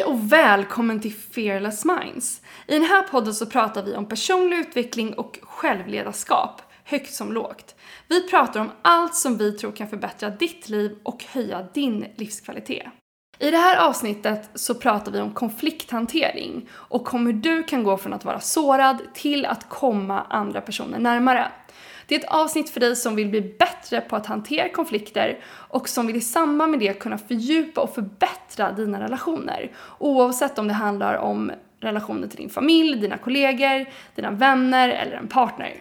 och välkommen till Fearless Minds. I den här podden så pratar vi om personlig utveckling och självledarskap, högt som lågt. Vi pratar om allt som vi tror kan förbättra ditt liv och höja din livskvalitet. I det här avsnittet så pratar vi om konflikthantering och om hur du kan gå från att vara sårad till att komma andra personer närmare. Det är ett avsnitt för dig som vill bli bättre på att hantera konflikter och som vill i samband med det kunna fördjupa och förbättra dina relationer. Oavsett om det handlar om relationer till din familj, dina kollegor, dina vänner eller en partner.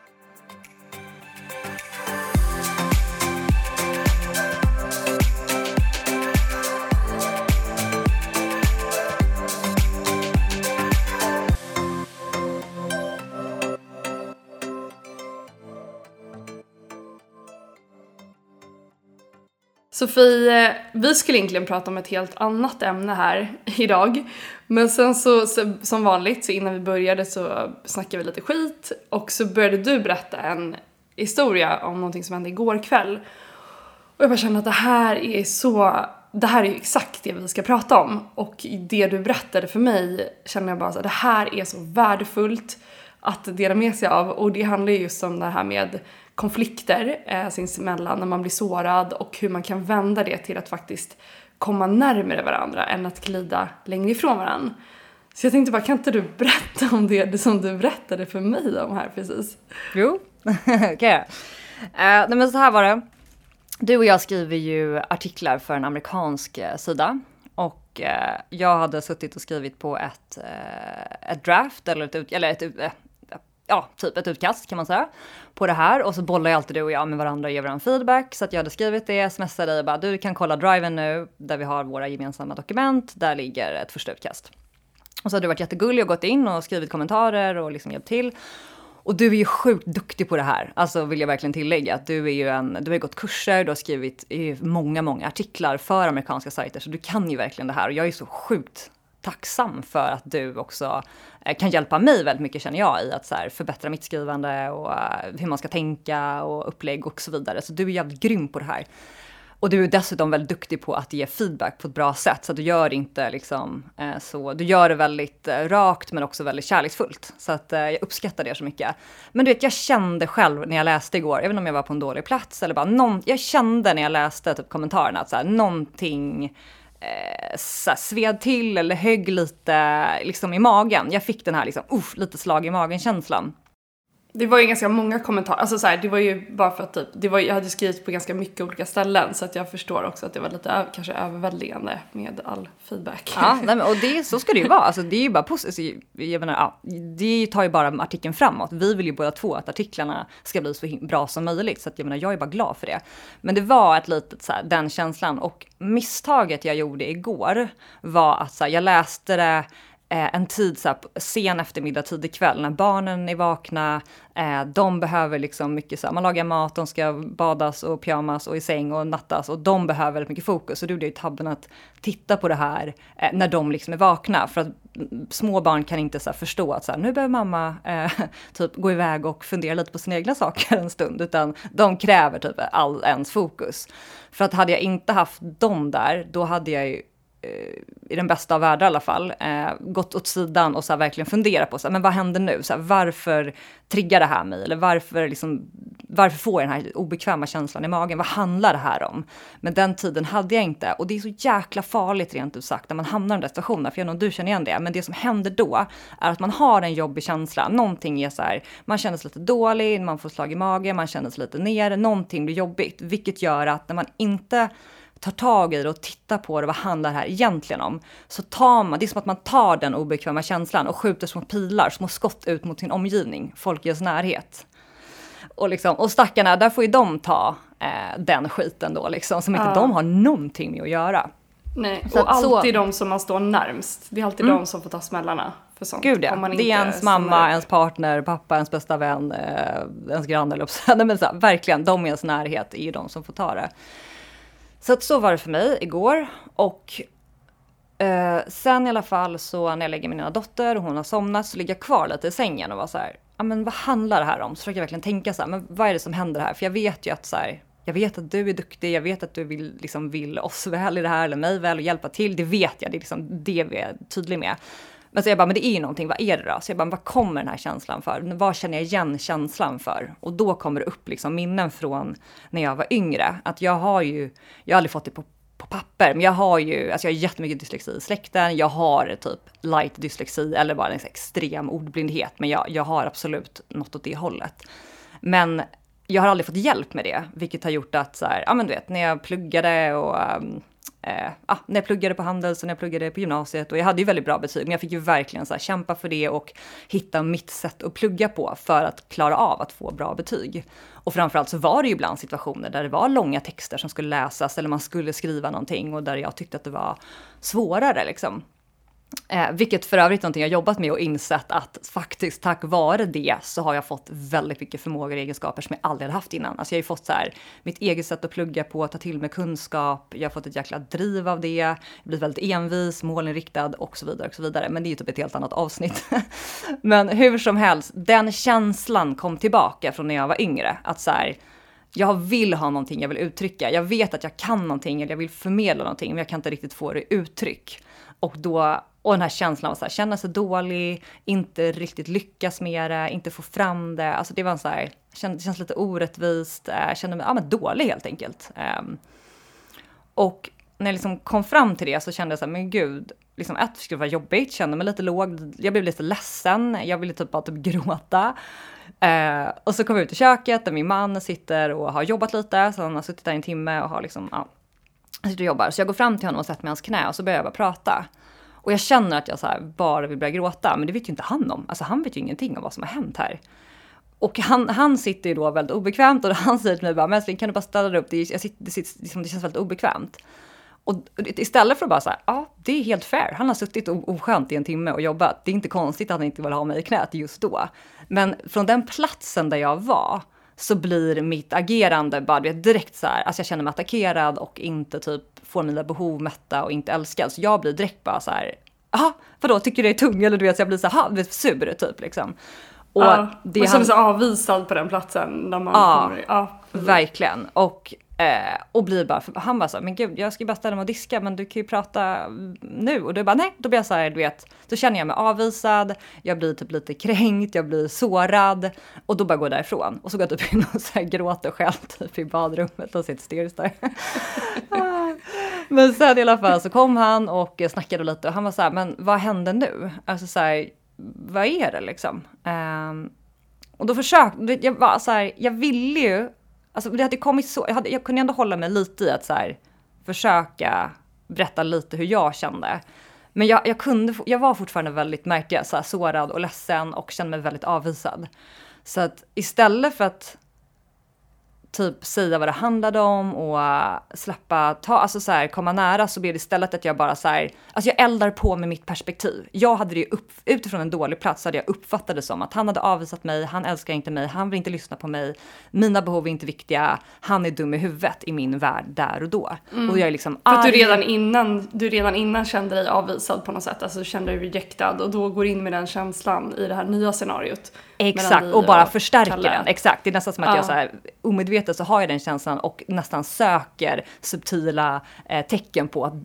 Sofie, vi skulle egentligen prata om ett helt annat ämne här idag. Men sen så som vanligt, så innan vi började så snackade vi lite skit. Och så började du berätta en historia om någonting som hände igår kväll. Och jag bara kände att det här är ju exakt det vi ska prata om. Och det du berättade för mig kände jag bara att det här är så värdefullt att dela med sig av. Och det handlar just om det här med konflikter sinsemellan när man blir sårad och hur man kan vända det till att faktiskt komma närmare varandra än att glida längre ifrån varandra. Så jag tänkte bara, kan inte du berätta om det som du berättade för mig om här precis? Jo, okej. Nej men så här var det. Du och jag skriver ju artiklar för en amerikansk sida. Och jag hade suttit och skrivit på ett draft typ ett utkast kan man säga på det här, och så bollar jag alltid du och jag med varandra och ger varandra feedback, så att jag hade skrivit det, smsade dig och bara, du kan kolla driven nu där vi har våra gemensamma dokument, där ligger ett första utkast. Och så hade du varit jättegullig och gått in och skrivit kommentarer och liksom hjälpt till. Och du är ju sjukt duktig på det här. Alltså vill jag verkligen tillägga att du har gått kurser, du har skrivit många artiklar för amerikanska sajter, så du kan ju verkligen det här, och jag är så sjukt tacksam för att du också kan hjälpa mig väldigt mycket, känner jag, i att så här, förbättra mitt skrivande och hur man ska tänka och upplägg och så vidare. Så du är jävligt grym på det här. Och du är dessutom väldigt duktig på att ge feedback på ett bra sätt. Så du gör inte liksom du gör det väldigt rakt men också väldigt kärleksfullt. Så att jag uppskattar det så mycket. Men du vet, jag kände själv när jag läste igår, även om jag var på en dålig plats eller bara jag kände när jag läste typ kommentarerna att så här, någonting sved till eller högg lite liksom i magen. Jag fick den här liksom, lite slag i magen-känslan. Det var ju ganska många kommentarer. Alltså så här, det var ju bara för att jag hade skrivit på ganska mycket olika ställen, så att jag förstår också att det var lite kanske överväldigande med all feedback. Ja, nej, men, och så ska det ju vara. Alltså, det är ju bara positivt. Jag menar, det tar ju bara artikeln framåt. Vi vill ju båda två att artiklarna ska bli så bra som möjligt. Så att, jag menar, jag är bara glad för det. Men det var ett litet så här, den känslan. Och misstaget jag gjorde igår var att så här, jag läste det en tid så här, sen eftermiddag, tidig kväll när barnen är vakna, de behöver liksom mycket så här, man lagar mat, de ska badas och pyjamas och i säng och nattas, och de behöver väldigt mycket fokus. Så du gjorde ju tabben att titta på det här när de liksom är vakna, för att små barn kan inte så här, förstå att så här, nu behöver mamma typ gå iväg och fundera lite på sina egna saker en stund, utan de kräver typ all ens fokus. För att hade jag inte haft dem där, då hade jag ju i den bästa av världar i alla fall, gått åt sidan och så här verkligen fundera på så här, men vad händer nu? Så här, varför triggar det här mig? Eller varför får jag den här obekväma känslan i magen? Vad handlar det här om? Men den tiden hade jag inte. Och det är så jäkla farligt rent ut sagt när man hamnar i de där situationerna. För jag vet inte om du känner igen det. Men det som händer då är att man har en jobbig känsla. Någonting är så här, man känner sig lite dålig, man får slag i magen, man känner sig lite ner. Någonting blir jobbigt. Vilket gör att när man inte tar tag i det och tittar på det, vad handlar det här egentligen om, så det är som att man tar den obekväma känslan och skjuter små pilar, små skott ut mot sin omgivning, folk i ens närhet. Och stackarna, där får ju de ta den skiten då, liksom, som inte de har någonting med att göra. Nej, så och alltid de som man står närmst. Det är alltid de som får ta smällarna för sånt. Gud ja, det är ens mamma, ens partner, pappa, ens bästa vän, ens granne. Men så här, verkligen, de i ens närhet är ju de som får ta det. Så var det för mig igår, och sen i alla fall så när jag lägger min ena dotter och hon har somnat, så ligger jag kvar lite i sängen och var så här, men vad handlar det här om? Så försöker jag verkligen tänka så här, men vad är det som händer här? För jag vet ju att så här, jag vet att du är duktig, jag vet att du vill oss väl i det här, eller mig väl och hjälpa till, det vet jag, det är liksom det vi är tydlig med. Men så jag bara, men det är ju någonting, vad är det då? Så jag bara, vad kommer den här känslan för? Vad känner jag igen känslan för? Och då kommer det upp liksom minnen från när jag var yngre. Att jag har aldrig fått det på papper, men jag har jättemycket dyslexi i släkten. Jag har typ light dyslexi eller bara en extrem ordblindhet, men jag har absolut något åt det hållet. Men jag har aldrig fått hjälp med det, vilket har gjort att så här, ja men du vet, när jag pluggade och när jag pluggade på Handels och när jag pluggade på gymnasiet, och jag hade ju väldigt bra betyg, men jag fick ju verkligen så här kämpa för det och hitta mitt sätt att plugga på för att klara av att få bra betyg. Och framförallt så var det ju ibland situationer där det var långa texter som skulle läsas eller man skulle skriva någonting och där jag tyckte att det var svårare liksom. Vilket för övrigt är någonting jag jobbat med och insett att faktiskt tack vare det så har jag fått väldigt mycket förmågor och egenskaper som jag aldrig hade haft innan. Alltså jag har ju fått så här, mitt eget sätt att plugga på, ta till mig kunskap, jag har fått ett jäkla driv av det, jag blir väldigt envis, målinriktad och så vidare och så vidare. Men det är ju typ ett helt annat avsnitt. Men hur som helst, den känslan kom tillbaka från när jag var yngre. Att så här, jag vill ha någonting jag vill uttrycka. Jag vet att jag kan någonting eller jag vill förmedla någonting, men jag kan inte riktigt få det uttryck. Och den här känslan av att känna sig dålig, inte riktigt lyckas med det, inte få fram det. Alltså det var så här, det känns lite orättvist, kände mig dålig helt enkelt. Och när jag liksom kom fram till det så kände jag så här, men gud, liksom det skulle vara jobbigt, kände mig lite låg, jag blev lite ledsen, jag ville typ bara gråta. Och så kom jag ut i köket där min man sitter och har jobbat lite, så han har suttit där en timme och har liksom, han sitter och jobbar. Så jag går fram till honom och sätter mig i hans knä och så börjar jag bara prata. Och jag känner att jag så här bara vill börja gråta, men det vet ju inte han om. Alltså han vet ju ingenting om vad som har hänt här. Och han sitter ju då väldigt obekvämt och han säger till mig bara, men kan du bara ställa dig upp? Det känns väldigt obekvämt. Och istället för att bara så här, det är helt fair. Han har suttit oskönt i en timme och jobbat. Det är inte konstigt att han inte vill ha mig i knät just då. Men från den platsen där jag var så blir mitt agerande bara direkt så här, alltså jag känner mig attackerad och inte typ får mina behov mätta och inte älskad. Så jag blir direkt bara så här, vadå, tycker du det är tung? Eller du vet, så jag blir så här, sur typ liksom. Och det man känner sig avvisad på den platsen när man kommer. Verkligen. Och blir bara, han bara så, men gud, jag ska bara ställa mig och diska, men du kan ju prata nu. Och då bara, nej, då blir jag så här, du vet, då känner jag mig avvisad, jag blir typ lite kränkt, jag blir sårad, och då bara går jag därifrån. Och så går jag typ in och så här gråter själv typ i badrummet och sitter styrst där. Men sen i alla fall så kom han och snackade lite, och han var så här, men vad hände nu? Alltså så här, vad är det liksom? Och då försökte, jag var så här, jag ville ju, alltså det hade kommit så, jag kunde ändå hålla mig lite i att så här, försöka berätta lite hur jag kände. Men jag var fortfarande väldigt, märkte jag, så här, sårad och ledsen och kände mig väldigt avvisad. Så att istället för att typ säga vad det handlade om och alltså så här, komma nära, så blev det istället att jag bara så här, alltså jag eldar på med mitt perspektiv. Jag hade det utifrån en dålig plats hade jag uppfattat det som att han hade avvisat mig, han älskar inte mig, han vill inte lyssna på mig, mina behov är inte viktiga, han är dum i huvudet i min värld där och då. Och jag är liksom för att du redan innan kände dig avvisad på något sätt, alltså du kände dig rejectad, och då går in med den känslan i det här nya scenariot. Exakt, och bara förstärker den. Exakt, det är nästan som att jag så här omedvetet så har jag den känslan och nästan söker subtila tecken på att,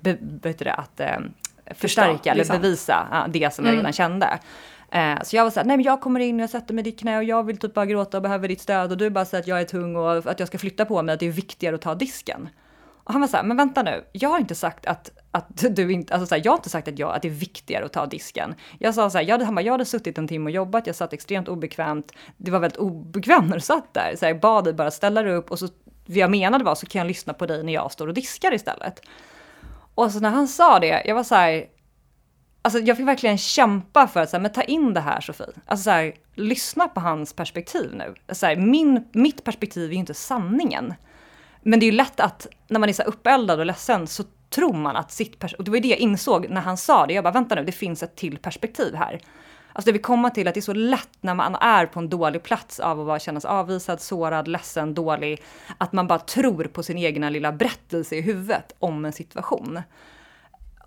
förstärka eller bevisa det som jag redan kände. Så jag var så här, nej men jag kommer in och jag sätter mig i ditt knä och jag vill typ bara gråta och behöver ditt stöd, och du bara säger att jag är tung och att jag ska flytta på mig, att det är viktigare att ta disken. Och han var så här, men vänta nu, jag har inte sagt att du inte, alltså så här, jag har inte sagt att det är viktigare att ta disken. Jag sa så här, jag hade suttit en timme och jobbat, jag satt extremt obekvämt, det var väldigt obekvämt när du satt där. Så jag bad dig bara ställa dig upp, och så, vad jag menade var, så kan jag lyssna på dig när jag står och diskar istället. Och så när han sa det, jag var så här, alltså jag fick verkligen kämpa för att så här, men ta in det här, Sofie. Alltså så här, lyssna på hans perspektiv nu. Så här, mitt perspektiv är ju inte sanningen. Men det är ju lätt att när man är så här uppeldad och ledsen så tror man att och det var det jag insåg när han sa det. Jag bara, vänta nu, det finns ett till perspektiv här. Alltså det vi kommer till att det är så lätt när man är på en dålig plats av att bara känna sig avvisad, sårad, ledsen, dålig, att man bara tror på sin egna lilla berättelse i huvudet om en situation.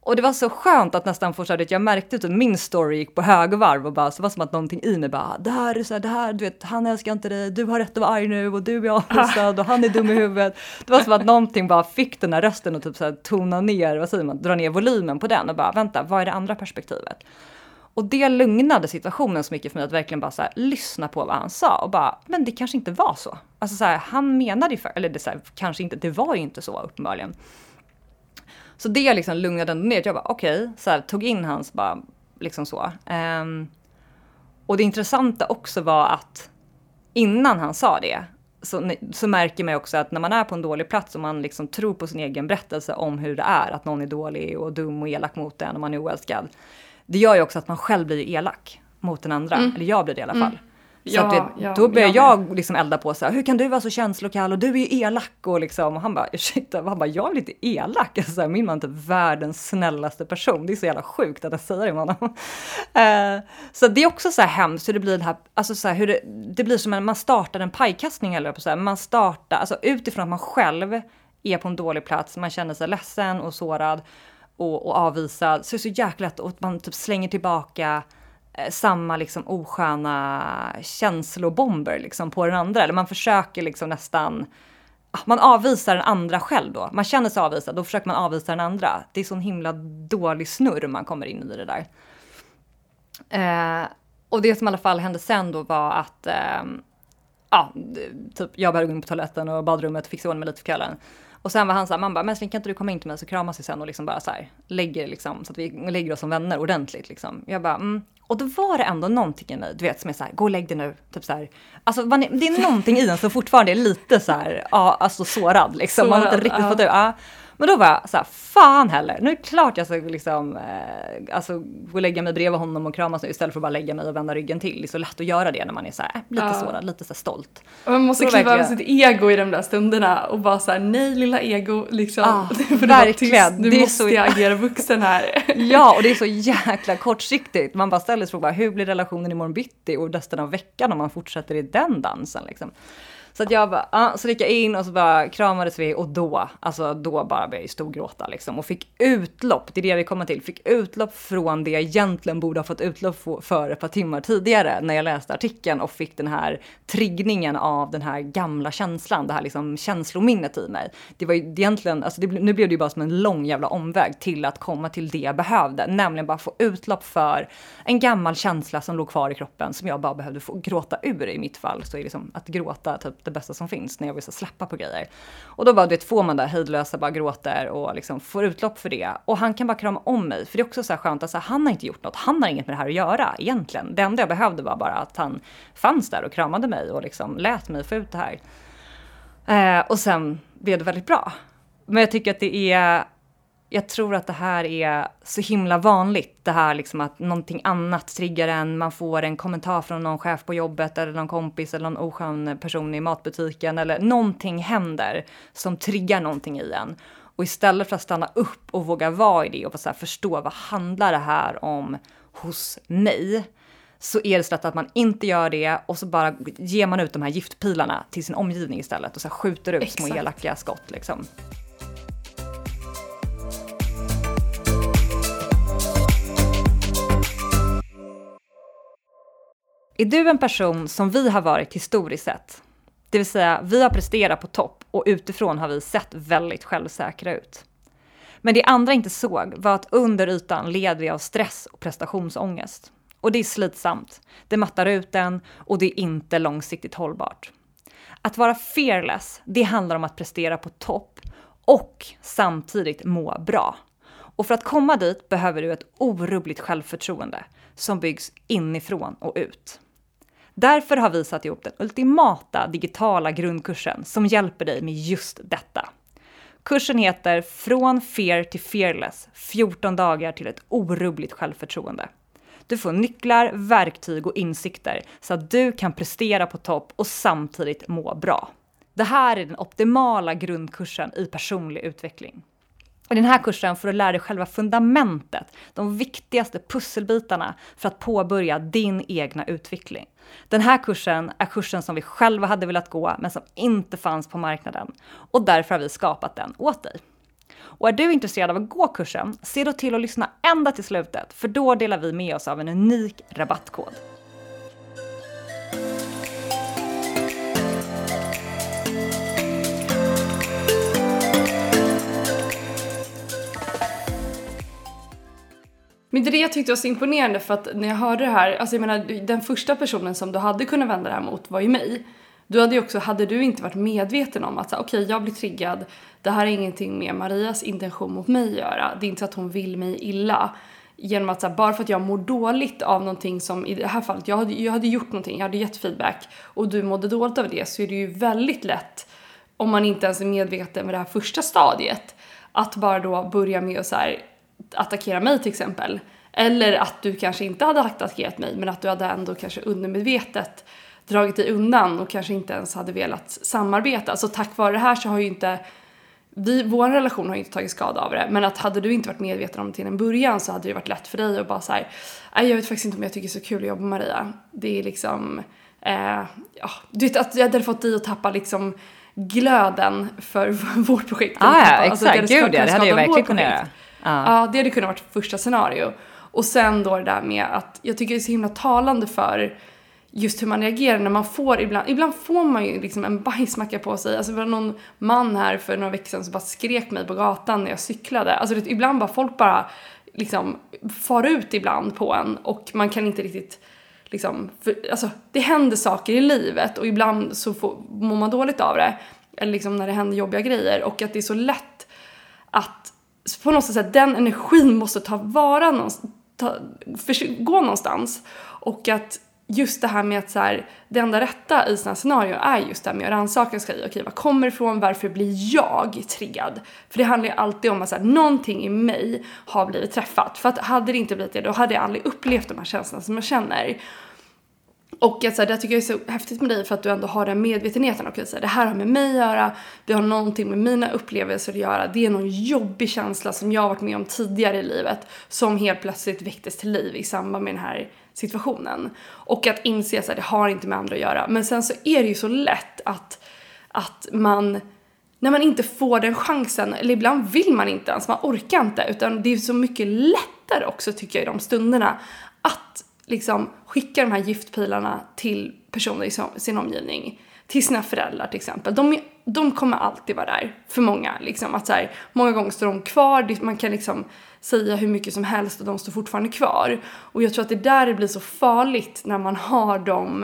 Och det var så skönt att nästan få så här, jag märkte att min story gick på högvarv och bara så var som att någonting i mig bara, det här är så här, det här, du vet, han älskar inte dig, du har rätt att vara arg nu och du är avvisad och han är dum i huvudet. Det var som att någonting bara fick den här rösten och typ så här tona ner, vad säger man, dra ner volymen på den och bara, vänta, vad är det andra perspektivet? Och det lugnade situationen så mycket för mig att verkligen bara så här, lyssna på vad han sa och bara, men det kanske inte var så. Alltså så här, han menade ju eller det så här, kanske inte, det var ju inte så uppenbarligen. Så det liksom lugnade ändå ner. Jag bara okej, så här, tog in hans bara liksom så. Och det intressanta också var att innan han sa det så märker man också att när man är på en dålig plats och man liksom tror på sin egen berättelse om hur det är att någon är dålig och dum och elak mot en och man är oälskad. Det gör ju också att man själv blir elak mot den andra. Eller jag blir det i alla fall. Så att då börjar jag liksom elda på så här, hur kan du vara så känslokall och du är ju elak och liksom, och han bara, ursäkta, jag är lite elak. Alltså, så här, min man är typ världens snällaste person. Det är så jävla sjukt att jag säger det med honom. Så det är också så här hemskt hur det blir det här, alltså så här, hur det blir som när man startar en pajkastning eller på så här, man startar, alltså utifrån att man själv är på en dålig plats, man känner sig ledsen och sårad och avvisad, så är det så jäkla lätt att man typ slänger tillbaka samma liksom osköna känslobomber liksom på den andra. Eller man försöker liksom nästan, man avvisar den andra själv då. Man känner sig avvisad, då försöker man avvisa den andra. Det är sån himla dålig snurr man kommer in i det där. Och det som i alla fall hände sen då var att typ jag började gå in på toaletten och badrummet och fixa ordning med lite för kvällen. Och sen var han så här, man bara, men kan inte du komma in till mig så kramas vi sen och liksom bara så här, lägger liksom, så att vi lägger oss som vänner ordentligt liksom. Jag bara, Och då var det ändå någonting i mig, du vet, som är så här, gå och lägg dig nu, typ så här. Alltså det är någonting i den som fortfarande är lite så här, alltså sårad liksom. Sårad, man har inte riktigt fått ut, Men då var jag så här, fan heller. Nu är det klart jag ska liksom, alltså gå och lägga mig bredvid honom och kramas nu istället för att bara lägga mig och vända ryggen till. Det är så lätt att göra det när man är så här, lite sårad, lite så här stolt. Och man måste kliva över sitt ego i de där stunderna och bara så här, nej lilla ego, liksom. Verkligen. Nu måste jag agera vuxen här. Ja, och det är så jäkla kortsiktigt. Man bara ställer sig frågan, hur blir relationen imorgon bitti och resten av veckan om man fortsätter i den dansen liksom. Så att jag bara, så gick jag in och så bara kramades vi och då bara började jag storgråta liksom och fick utlopp, det är det vi kommer till, fick utlopp från det jag egentligen borde ha fått utlopp för ett par timmar tidigare när jag läste artikeln och fick den här triggningen av den här gamla känslan, det här liksom känslominnet i mig. Det var ju egentligen, alltså nu blev det ju bara som en lång jävla omväg till att komma till det jag behövde, nämligen bara få utlopp för en gammal känsla som låg kvar i kroppen som jag bara behövde få gråta ur i mitt fall, så är liksom att gråta typ det bästa som finns när jag vill så släppa på grejer. Och då bara, får man där hejdlösa, bara gråter och liksom får utlopp för det. Och han kan bara krama om mig, för det är också så här skönt att han har inte gjort något, han har inget med det här att göra egentligen. Det enda jag behövde var bara att han fanns där och kramade mig och liksom lät mig få ut det här. Och sen blev det väldigt bra. Men jag tycker att jag tror att det här är så himla vanligt. Det här liksom att någonting annat triggar en. Man får en kommentar från någon chef på jobbet eller någon kompis eller någon oskön person i matbutiken. Eller någonting händer som triggar någonting i en. Och istället för att stanna upp och våga vara i det och så här förstå vad handlar det här om hos mig. Så är det så att man inte gör det och så bara ger man ut de här giftpilarna till sin omgivning istället. Och så här skjuter ut små elaka skott liksom. Är du en person som vi har varit historiskt sett? Det vill säga, vi har presterat på topp och utifrån har vi sett väldigt självsäkra ut. Men det andra inte såg var att under ytan led vi av stress och prestationsångest. Och det är slitsamt, det mattar ut en och det är inte långsiktigt hållbart. Att vara fearless, det handlar om att prestera på topp och samtidigt må bra. Och för att komma dit behöver du ett orubbligt självförtroende som byggs inifrån och ut. Därför har vi satt ihop den ultimata digitala grundkursen som hjälper dig med just detta. Kursen heter Från Fear till Fearless, 14 dagar till ett orubbligt självförtroende. Du får nycklar, verktyg och insikter så att du kan prestera på topp och samtidigt må bra. Det här är den optimala grundkursen i personlig utveckling. I den här kursen får du lära dig själva fundamentet, de viktigaste pusselbitarna för att påbörja din egna utveckling. Den här kursen är kursen som vi själva hade velat gå men som inte fanns på marknaden och därför har vi skapat den åt dig. Och är du intresserad av att gå kursen, se då till att lyssna ända till slutet, för då delar vi med oss av en unik rabattkod. Men det jag tyckte var så imponerande, för att när jag hörde det här, alltså jag menar, den första personen som du hade kunnat vända det här mot var ju mig. Du hade ju också, hade du inte varit medveten om att okej, jag blir triggad, det här är ingenting med Marias intention mot mig att göra, det är inte så att hon vill mig illa, genom att bara för att jag mår dåligt av någonting, som i det här fallet, jag hade gjort någonting, jag hade gett feedback och du mådde dåligt av det, så är det ju väldigt lätt, om man inte ens är medveten med det här första stadiet, att bara då börja med att attackera mig till exempel. Eller att du kanske inte hade attackerat mig, men att du hade ändå kanske undermedvetet dragit dig undan och kanske inte ens hade velat samarbeta. Så tack vare det här så har ju inte vår relation har inte tagit skada av det. Men att hade du inte varit medveten om det till en början, så hade det varit lätt för dig att bara säga, jag vet faktiskt inte om jag tycker det är så kul att jobba med Maria. Det är liksom, du vet att jag hade fått dig att tappa liksom glöden för vårt projekt. Exakt, gud det hade jag verkligen kunnat göra. Ja, det hade kunnat varit första scenario. Och sen då det där med att jag tycker det är så himla talande för just hur man reagerar när man får ibland får man ju liksom en bajsmacka på sig. Alltså det var någon man här för några veckor sedan som bara skrek mig på gatan när jag cyklade. Alltså ibland bara folk bara liksom far ut ibland på en, och man kan inte riktigt liksom, alltså det händer saker i livet och ibland så mår man dåligt av det, eller liksom när det händer jobbiga grejer, och att det är så lätt att på något sätt den energin måste gå någonstans, och att just det här med att det enda rätta i sådana scenarier är just det här med att rannsaka sig. Okej, vad kommer ifrån? Varför blir jag triggad? För det handlar ju alltid om att någonting i mig har blivit träffat. För att hade det inte blivit det, då hade jag aldrig upplevt de här känslorna som jag känner. Och att det tycker jag är så häftigt med dig, för att du ändå har den medvetenheten. Och det här har med mig att göra, det har någonting med mina upplevelser att göra. Det är någon jobbig känsla som jag har varit med om tidigare i livet, som helt plötsligt väcktes till liv i samband med den här situationen. Och att inse att det har inte med andra att göra. Men sen så är det ju så lätt att man, när man inte får den chansen, eller ibland vill man inte ens, man orkar inte, utan det är så mycket lättare också, tycker jag, i de stunderna att liksom skicka de här giftpilarna till personer i sin omgivning, till sina föräldrar till exempel. De kommer alltid vara där för många, liksom, att många gånger står de kvar, man kan liksom säga hur mycket som helst och de står fortfarande kvar. Och jag tror att det där det blir så farligt när man har de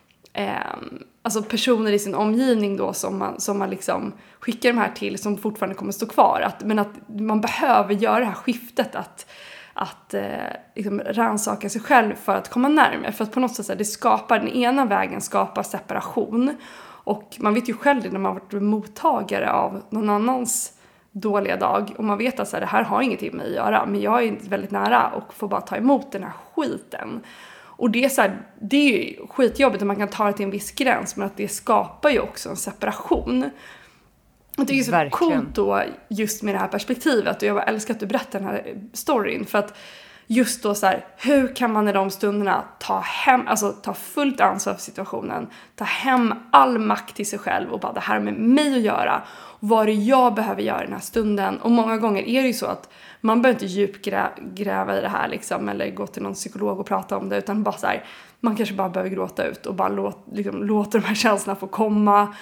alltså personer i sin omgivning då som man liksom skickar de här till, som fortfarande kommer stå kvar, men att man behöver göra det här skiftet att liksom rannsaka sig själv för att komma närmare. För att på något sätt det skapar, den ena vägen skapar separation. Och man vet ju själv det när man har varit mottagare av någon annans dåliga dag. Och man vet att det här har ingenting med mig att göra, men jag är väldigt nära och får bara ta emot den här skiten. Och det är det är ju skitjobbigt att man kan ta det till en viss gräns, men att det skapar ju också en separation. Och det är ju så coolt då just med det här perspektivet, och jag älskar att du berättar den här storyn, för att just då hur kan man i de stunderna ta fullt ansvar för situationen, ta hem all makt till sig själv och bara, det här med mig att göra, vad det jag behöver göra i den här stunden. Och många gånger är det ju så att man behöver inte djupgräva i det här liksom, eller gå till någon psykolog och prata om det, utan bara man kanske bara behöver gråta ut och bara låta de här känslorna få komma.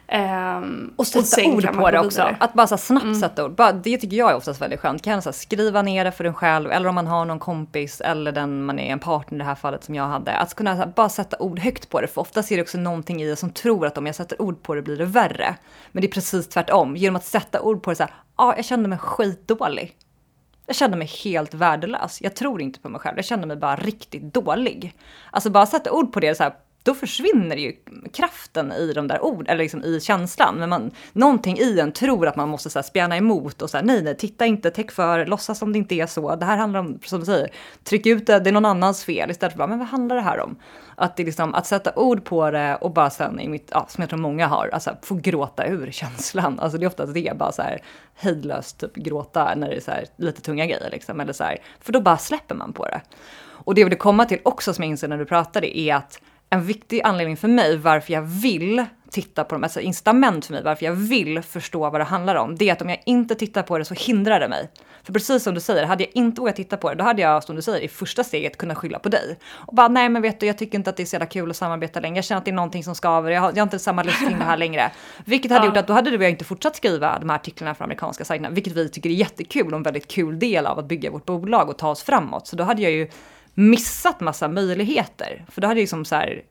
Och sätta ord på det också. Att bara snabbt sätta ord. Det tycker jag är oftast väldigt skönt. Kan skriva ner det för en själv, eller om man har någon kompis eller den man är en partner i det här fallet som jag hade. Att kunna bara sätta ord högt på det. För ofta är det också någonting i det som tror att om jag sätter ord på det blir det värre. Men det är precis tvärtom. Genom att sätta ord på det jag kände mig skitdålig. Jag kände mig helt värdelös. Jag tror inte på mig själv. Jag kände mig bara riktigt dålig. Alltså bara sätta ord på det då försvinner ju kraften i de där orden, eller liksom i känslan. Men någonting i en tror att man måste spjärna emot och nej, titta inte, täck för, låtsas som det inte är så. Det här handlar om, som du säger, tryck ut det är någon annans fel. Istället för men vad handlar det här om? Att det liksom, att sätta ord på det och bara sen som jag tror många har, få gråta ur känslan. Alltså det är ofta det, bara hejdlöst typ gråta när det är lite tunga grejer liksom, eller för då bara släpper man på det. Och det jag vill komma till också, som jag inser när du pratade, är att en viktig anledning för mig varför jag vill titta på dem. Alltså incitament för mig, varför jag vill förstå vad det handlar om, det är att om jag inte tittar på det så hindrar det mig. För precis som du säger, hade jag inte vågat titta på det, då hade jag, som du säger, i första steget kunnat skylla på dig. Och bara, nej men vet du, jag tycker inte att det är så jävla kul att samarbeta längre. Jag känner att det är någonting som skaver, jag har inte samma lust kring det här längre. Vilket hade gjort att då hade du och jag inte fortsatt skriva de här artiklarna för amerikanska sajterna, vilket vi tycker är jättekul och en väldigt kul del av att bygga vårt bolag och ta oss framåt. Så då hade jag ju missat massa möjligheter. För då hade jag liksom så här,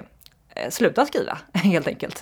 slutat skriva, helt enkelt.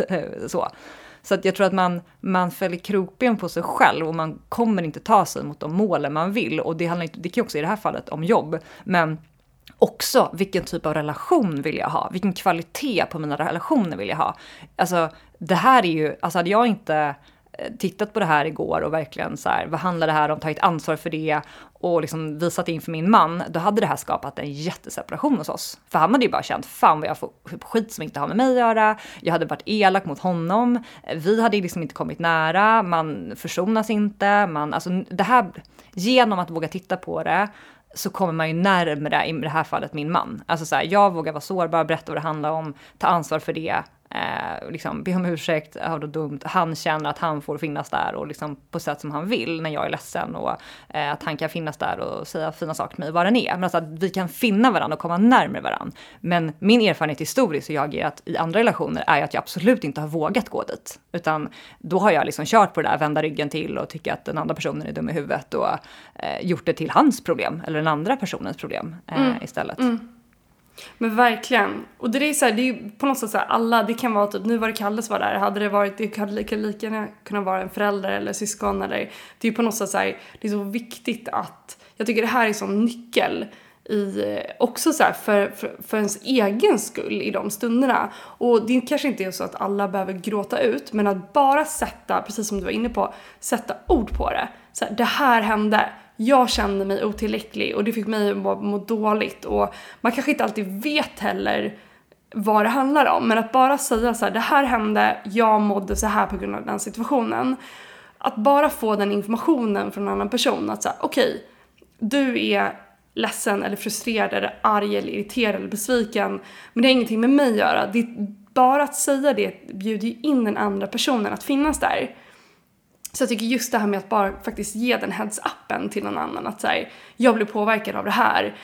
Så att jag tror att man fäller krokben på sig själv och man kommer inte ta sig mot de målen man vill. Och det handlar inte, det kan också i det här fallet om jobb, men också vilken typ av relation vill jag ha? Vilken kvalitet på mina relationer vill jag ha? Alltså det här är ju, alltså hade jag inte tittat på det här igår och verkligen så här, vad handlar det här om, tagit ansvar för det och liksom visat in för min man, då hade det här skapat en jätteseparation hos oss. För han hade ju bara känt, fan vad jag får skit som inte har med mig att göra, jag hade varit elak mot honom, vi hade liksom inte kommit nära, man försonas inte, alltså det här, genom att våga titta på det så kommer man ju närmare, i det här fallet min man. Alltså så här, jag vågar vara sårbar, berätta vad det handlar om, ta ansvar för det. Liksom, be om ursäkt, har det dumt. Han känner att han får finnas där och liksom på sätt som han vill när jag är ledsen och att han kan finnas där och säga fina saker till mig, vad den är. Men alltså att vi kan finna varandra och komma närmare varandra. Men min erfarenhet historiskt och jag agerat i andra relationer är att jag absolut inte har vågat gå dit. Utan då har jag liksom kört på det där, vända ryggen till och tycka att den andra personen är dum i huvudet och gjort det till hans problem eller den andra personens problem istället. Men verkligen. Och det är så här, det är på något sätt så här, alla, det kan vara typ, nu var det Kalles var där, hade det varit, det hade lika gärna kunnat vara en förälder eller syskon eller, det är ju på något sätt så här, det är så viktigt att, jag tycker det här är sån nyckel i, också så här, för ens egen skull i de stunderna. Och det kanske inte är så att alla behöver gråta ut, men att bara sätta, precis som du var inne på, sätta ord på det. Så här, det här hände. Jag kände mig otillräcklig och det fick mig att må dåligt. Och man kanske inte alltid vet heller vad det handlar om. Men att bara säga så här, det här hände, jag mådde så här på grund av den situationen. Att bara få den informationen från en annan person. Att säga, okej, du är ledsen eller frustrerad eller arg eller irriterad eller besviken. Men det har ingenting med mig att göra. Det är bara att säga det bjuder ju in den andra personen att finnas där. Så jag tycker just det här med att bara faktiskt ge den heads-upen till någon annan. Att säga, jag blir påverkad av det här.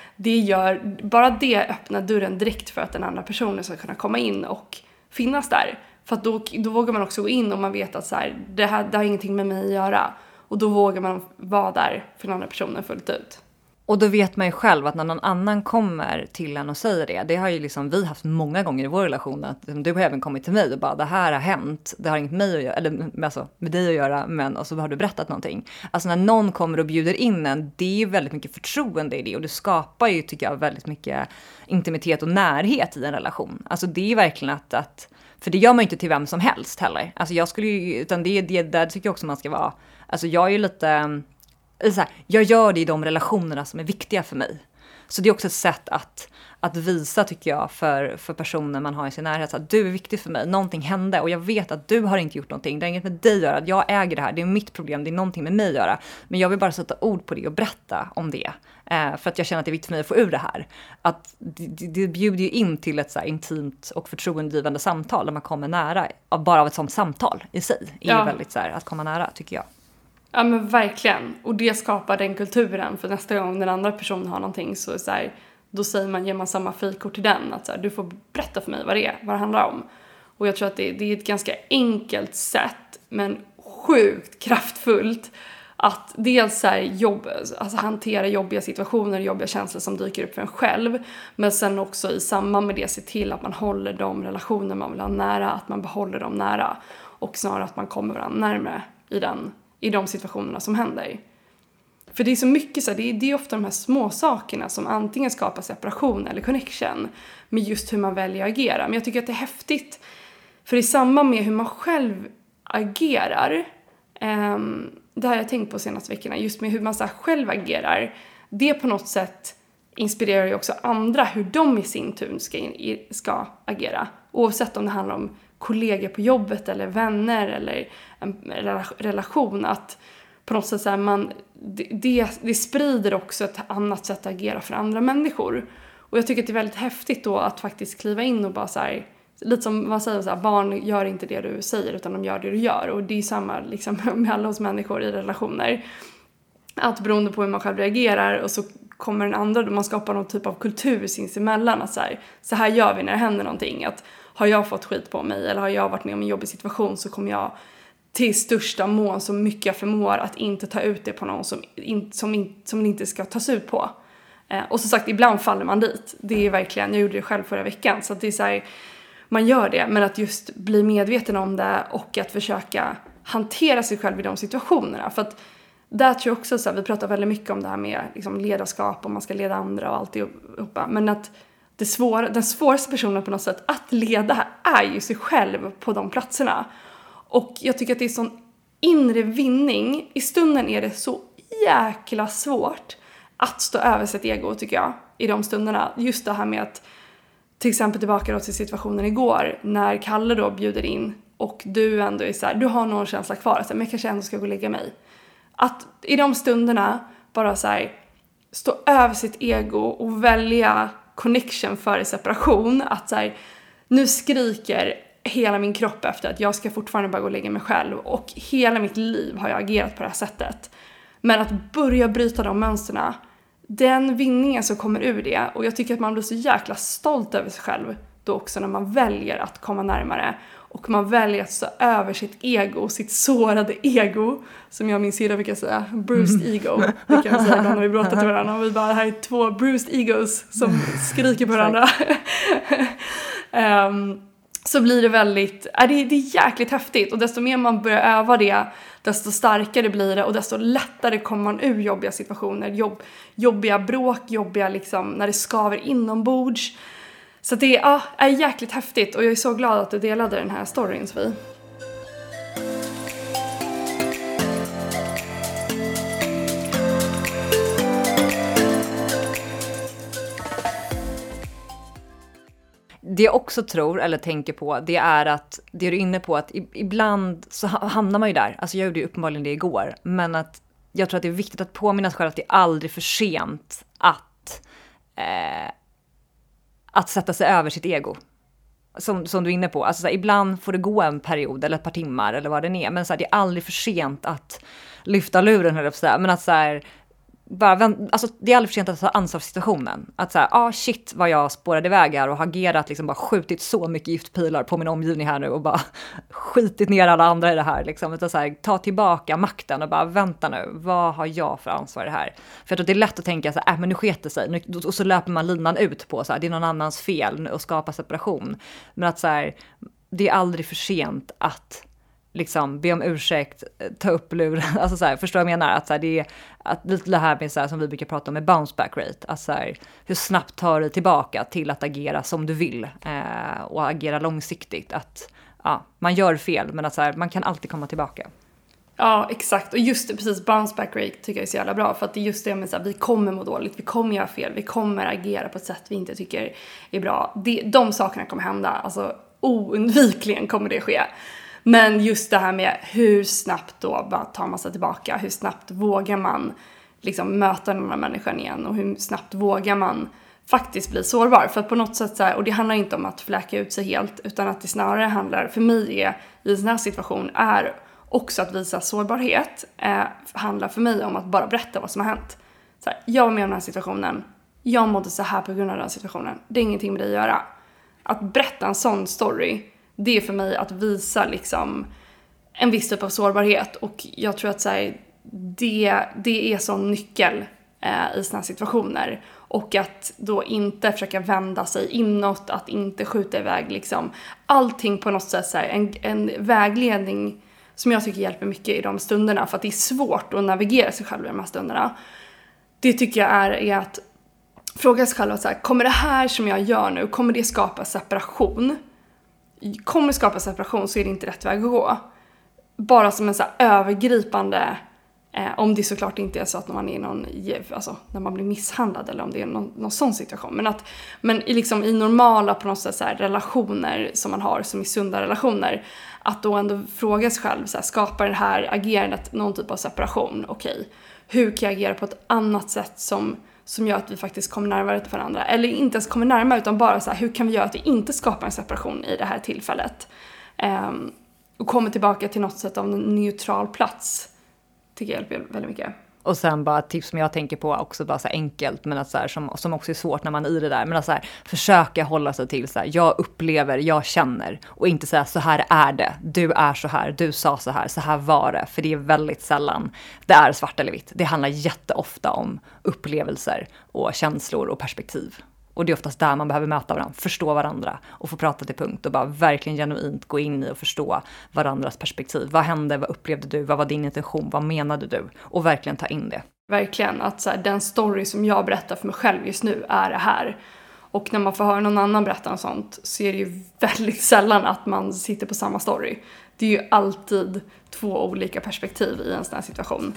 Bara det öppnar dörren direkt för att den andra personen ska kunna komma in och finnas där. För att då vågar man också gå in och man vet att så här, det har ingenting med mig att göra. Och då vågar man vara där för den andra personen fullt ut. Och då vet man ju själv att när någon annan kommer till en och säger det har ju liksom vi haft många gånger i vår relation, att du har även kommit till mig och bara, det här har hänt, det har inget med mig att göra, eller alltså, med dig att göra, men och så har du berättat någonting. Alltså när någon kommer och bjuder in en, det är ju väldigt mycket förtroende i det, och det skapar ju, tycker jag, väldigt mycket intimitet och närhet i en relation. Alltså det är verkligen att för det gör man ju inte till vem som helst heller. Alltså jag skulle ju, utan det där tycker jag också man ska vara, alltså jag är ju lite så här, jag gör det i de relationerna som är viktiga för mig. Så det är också ett sätt att visa, tycker jag, för personer man har i sin närhet, att du är viktig för mig, någonting hände och jag vet att du har inte gjort någonting, det har inget med dig att göra, jag äger det här, det är mitt problem, det är någonting med mig att göra, men jag vill bara sätta ord på det och berätta om det, för att jag känner att det är viktigt för mig att få ur det här. Att det bjuder ju in till ett så här intimt och förtroendegivande samtal där man kommer nära, bara av ett sånt samtal i sig är väldigt så här, att komma nära, tycker jag. Ja men verkligen, och det skapar den kulturen, för nästa gång den andra personen har någonting så är så här, då ger man samma frikort till den, att så här, du får berätta för mig vad det handlar om. Och jag tror att det är ett ganska enkelt sätt, men sjukt kraftfullt, att dels så här, alltså hantera jobbiga situationer, jobbiga känslor som dyker upp för en själv, men sen också i samband med det se till att man håller de relationer man vill ha nära, att man behåller dem nära, och snarare att man kommer varandra närmare i de situationerna som händer. För det är så mycket så här, det är ofta de här små sakerna som antingen skapar separation eller connection, med just hur man väljer att agera. Men jag tycker att det är häftigt, för i samband med hur man själv agerar, det har jag tänkt på senaste veckorna, just med hur man så här själv agerar, det på något sätt inspirerar ju också andra hur de i sin tur ska agera. Oavsett om det handlar om kollegor på jobbet eller vänner eller en relation, att på något sätt så här, det sprider också ett annat sätt att agera för andra människor. Och jag tycker att det är väldigt häftigt då att faktiskt kliva in och bara så här, lite som man säger så här, barn gör inte det du säger utan de gör det du gör. Och det är samma liksom med alla oss människor i relationer. Att beroende på hur man själv reagerar och så kommer den andra, då man skapar någon typ av kultur sinsemellan. Att så här gör vi när det händer någonting. Att har jag fått skit på mig eller har jag varit med om en jobbig situation så kommer jag till största mån så mycket jag förmår att inte ta ut det på någon som inte ska tas ut på. Och som sagt, ibland faller man dit. Det är verkligen, jag gjorde det själv förra veckan. Så att det är så här, man gör det. Men att just bli medveten om det och att försöka hantera sig själv i de situationerna. För att där tror jag också så här, vi pratar väldigt mycket om det här med liksom ledarskap och man ska leda andra och alltihopa. Men att den svåraste personen på något sätt att leda är ju sig själv på de platserna. Och jag tycker att det är sån inre vinning. I stunden är det så jäkla svårt att stå över sitt ego, tycker jag, i de stunderna. Just det här med att, till exempel tillbaka då till situationen igår, när Kalle då bjuder in och du ändå är så här, du har någon känsla kvar, så här, men jag kanske ändå ska gå och lägga mig. Att i de stunderna bara så här, stå över sitt ego och välja connection före separation. Att så här, nu skriker hela min kropp efter att jag ska fortfarande bara gå och lägga mig själv. Och hela mitt liv har jag agerat på det här sättet. Men att börja bryta de mönsterna, den vinningen som kommer ur det. Och jag tycker att man blir så jäkla stolt över sig själv då också när man väljer att komma närmare. Och man väljer att stå över sitt ego, sitt sårade ego. Som jag min sida brukar säga, bruised ego. Det kan jag säga när vi bråtar till varandra. Och vi bara, här är 2 bruised egos som skriker på varandra. Så blir det väldigt, det är jäkligt häftigt. Och desto mer man börjar öva det, desto starkare blir det. Och desto lättare kommer man ur jobbiga situationer. Jobbiga bråk, jobbiga liksom, när det skaver inombords. Så det är jäkligt häftigt. Och jag är så glad att du delade den här storyn, Sofie. Det jag också tror, eller tänker på, det är att det du är inne på, att ibland så hamnar man ju där. Alltså jag gjorde ju uppenbarligen det igår. Men att jag tror att det är viktigt att påminna sig själv att det är aldrig för sent att sätta sig över sitt ego. Som du är inne på. Alltså så här, ibland får det gå en period eller ett par timmar eller vad det är. Men så här, det är aldrig för sent att lyfta luren, höll jag på att säga. Men att så här, alltså det är aldrig för sent att ta ansvar för situationen. Att säga, shit vad jag spårade iväg här och har agerat, liksom bara skjutit så mycket giftpilar på min omgivning här nu och bara skitit ner alla andra i det här. Liksom. Utan så här, ta tillbaka makten och bara vänta nu, vad har jag för ansvar i det här? För jag tror att det är lätt att tänka så här, men nu sketer sig. Och så löper man linan ut på så här, det är någon annans fel och skapa separation. Men att så här, det är aldrig för sent att liksom be om ursäkt, ta upp luren, alltså så här, förstår jag menar att så här, det är att lite det här med så här, som vi brukar prata om med bounce back rate, att så här, hur snabbt tar du tillbaka till att agera som du vill och agera långsiktigt, att man gör fel men att så här, man kan alltid komma tillbaka. Ja, exakt. Och just det, precis, bounce back rate tycker jag är så jävla bra. För att det är just det med att vi kommer må dåligt, vi kommer göra fel, vi kommer agera på ett sätt vi inte tycker är bra. De sakerna kommer hända, alltså oundvikligen kommer det ske. Men just det här med hur snabbt då bara tar man sig tillbaka, hur snabbt vågar man liksom möta den här människan igen och hur snabbt vågar man faktiskt bli sårbar. För att på något sätt så här, och det handlar inte om att fläka ut sig helt, utan att det snarare handlar, för mig i en sån här situation är också att visa sårbarhet, handlar för mig om att bara berätta vad som har hänt. Så här, jag var med om den här situationen, jag mådde så här på grund av den här situationen, det är ingenting med det att göra. Att berätta en sån story, det är för mig att visa liksom en viss typ av sårbarhet. Och jag tror att så här, det är sån nyckel i såna här situationer. Och att då inte försöka vända sig inåt, att inte skjuta iväg liksom allting på något sätt. Så här, en vägledning som jag tycker hjälper mycket i de stunderna. För att det är svårt att navigera sig själv i de här stunderna. Det tycker jag är att fråga sig själv så här, kommer det här som jag gör nu, kommer det skapa separation? Kommer skapa separation så är det inte rätt väg att gå. Bara som en så här övergripande, om det såklart inte är så att man är någon, alltså när man blir misshandlad eller om det är någon sån situation. Men liksom i normala på något sätt så här, relationer som man har, som är sunda relationer, att då ändå fråga sig själv, så här, skapar det här agerandet någon typ av separation? Okej. hur kan jag agera på ett annat sätt som gör att vi faktiskt kommer närmare till varandra. Eller inte ens kommer närmare, utan bara så här, hur kan vi göra att vi inte skapar en separation i det här tillfället. Och kommer tillbaka till något sätt av en neutral plats. Tycker jag hjälper väldigt mycket. Och sen bara ett tips som jag tänker på också, bara så här enkelt, men att så här, som också är svårt när man är i det där, men att så här, försöka hålla sig till så här, jag upplever, jag känner, och inte säga så här är det, du är så här, du sa så här var det, för det är väldigt sällan det är svart eller vitt. Det handlar jätteofta om upplevelser och känslor och perspektiv. Och det är oftast där man behöver möta varandra, förstå varandra och få prata till punkt och bara verkligen genuint gå in i och förstå varandras perspektiv. Vad hände? Vad upplevde du? Vad var din intention? Vad menade du? Och verkligen ta in det. Verkligen, att så här, den story som jag berättar för mig själv just nu är det här. Och när man får höra någon annan berätta om sånt så är det ju väldigt sällan att man sitter på samma story. Det är ju alltid 2 olika perspektiv i en sån här situation.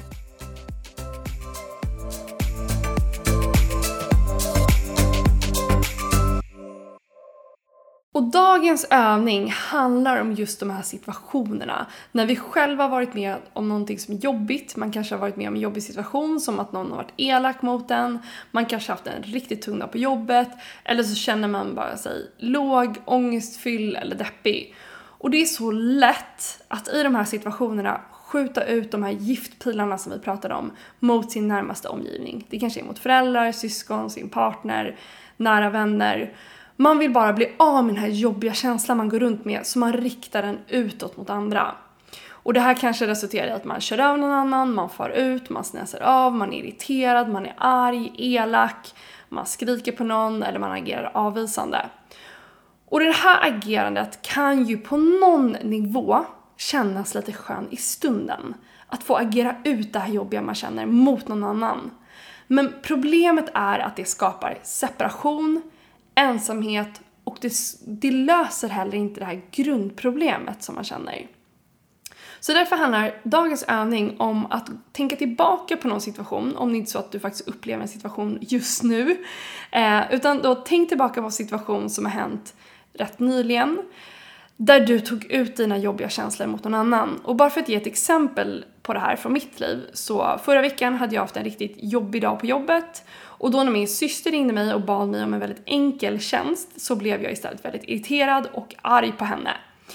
Och dagens övning handlar om just de här situationerna. När vi själva har varit med om någonting som är jobbigt. Man kanske har varit med om en jobbig situation, som att någon har varit elak mot en. Man kanske har haft en riktigt tung dag på jobbet. Eller så känner man bara sig låg, ångestfylld eller deppig. Och det är så lätt att i de här situationerna skjuta ut de här giftpilarna som vi pratade om mot sin närmaste omgivning. Det kanske är mot föräldrar, syskon, sin partner, nära vänner. Man vill bara bli av med den här jobbiga känslan man går runt med, så man riktar den utåt mot andra. Och det här kanske resulterar i att man kör över någon annan, man far ut, man snäser av, man är irriterad, man är arg, elak, man skriker på någon eller man agerar avvisande. Och det här agerandet kan ju på någon nivå kännas lite skön i stunden. Att få agera ut det här jobbiga man känner mot någon annan. Men problemet är att det skapar separation, ensamhet, och det löser heller inte det här grundproblemet som man känner. Så därför handlar dagens övning om att tänka tillbaka på någon situation, om det inte är så att du faktiskt upplever en situation just nu. Utan då tänk tillbaka på en situation som har hänt rätt nyligen, där du tog ut dina jobbiga känslor mot någon annan. Och bara för att ge ett exempel på det här från mitt liv, så förra veckan hade jag haft en riktigt jobbig dag på jobbet. Och då när min syster ringde mig och bad mig om en väldigt enkel tjänst, så blev jag istället väldigt irriterad och arg på henne.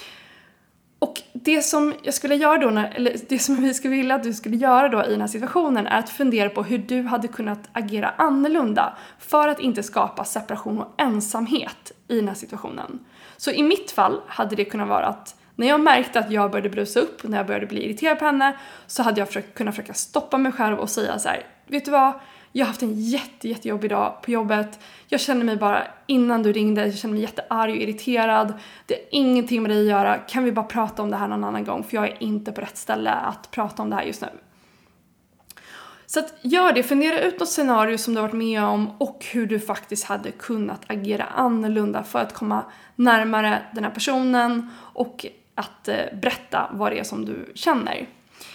Och det som jag skulle göra då, eller det som vi skulle vilja att du skulle göra då i den här situationen, är att fundera på hur du hade kunnat agera annorlunda för att inte skapa separation och ensamhet i den här situationen. Så i mitt fall hade det kunnat vara att när jag märkte att jag började brusa upp, när jag började bli irriterad på henne, så hade jag kunnat försöka stoppa mig själv och säga så här: vet du vad? Jag har haft en jättejobbig dag på jobbet. Jag känner mig bara, innan du ringde, jag känner mig jättearg och irriterad. Det är ingenting med dig att göra. Kan vi bara prata om det här någon annan gång? För jag är inte på rätt ställe att prata om det här just nu. Så att gör det. Fundera ut något scenario som du har varit med om och hur du faktiskt hade kunnat agera annorlunda för att komma närmare den här personen och att berätta vad det är som du känner.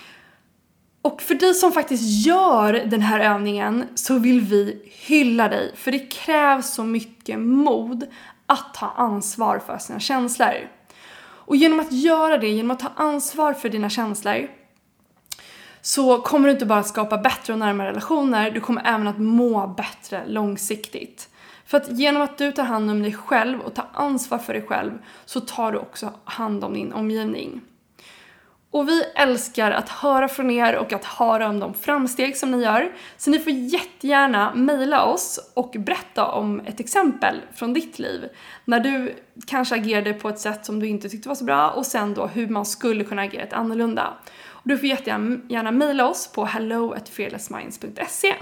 Och för dig som faktiskt gör den här övningen så vill vi hylla dig. För det krävs så mycket mod att ta ansvar för sina känslor. Och genom att göra det, genom att ta ansvar för dina känslor, så kommer du inte bara skapa bättre och närmare relationer, du kommer även att må bättre långsiktigt. För att genom att du tar hand om dig själv och tar ansvar för dig själv, så tar du också hand om din omgivning. Och vi älskar att höra från er och att höra om de framsteg som ni gör. Så ni får jättegärna mejla oss och berätta om ett exempel från ditt liv. När du kanske agerade på ett sätt som du inte tyckte var så bra, och sen då hur man skulle kunna agera ett annorlunda. Och du får jättegärna mejla oss på hello@fearlessminds.se.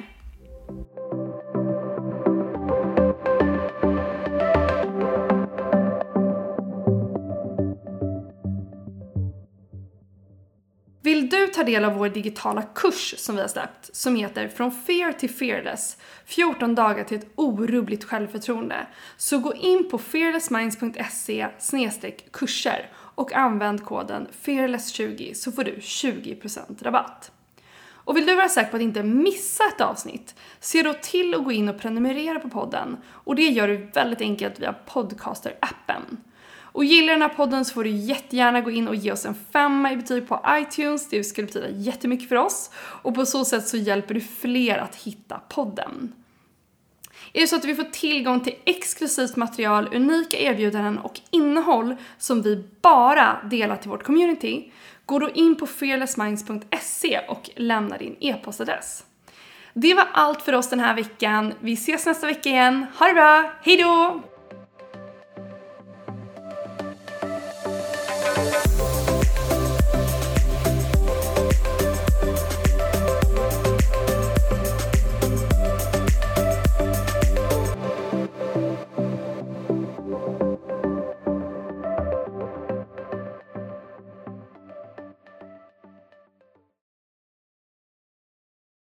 Vill du ta del av vår digitala kurs som vi har släppt, som heter Från Fear till Fearless, 14 dagar till ett orubbligt självförtroende, så gå in på fearlessminds.se/kurser och använd koden FEARLESS20 så får du 20% rabatt. Och vill du vara säker på att inte missa ett avsnitt, se då till att gå in och prenumerera på podden, och det gör du väldigt enkelt via Podcaster-appen. Och gillar den här podden så får du jättegärna gå in och ge oss en 5 i betyg på iTunes. Det skulle betyda jättemycket för oss. Och på så sätt så hjälper du fler att hitta podden. Är det så att vi får tillgång till exklusivt material, unika erbjudanden och innehåll som vi bara delar till vårt community, gå då in på fearlessminds.se och lämna din e-postadress. Det var allt för oss den här veckan. Vi ses nästa vecka igen. Ha det bra! Hej då!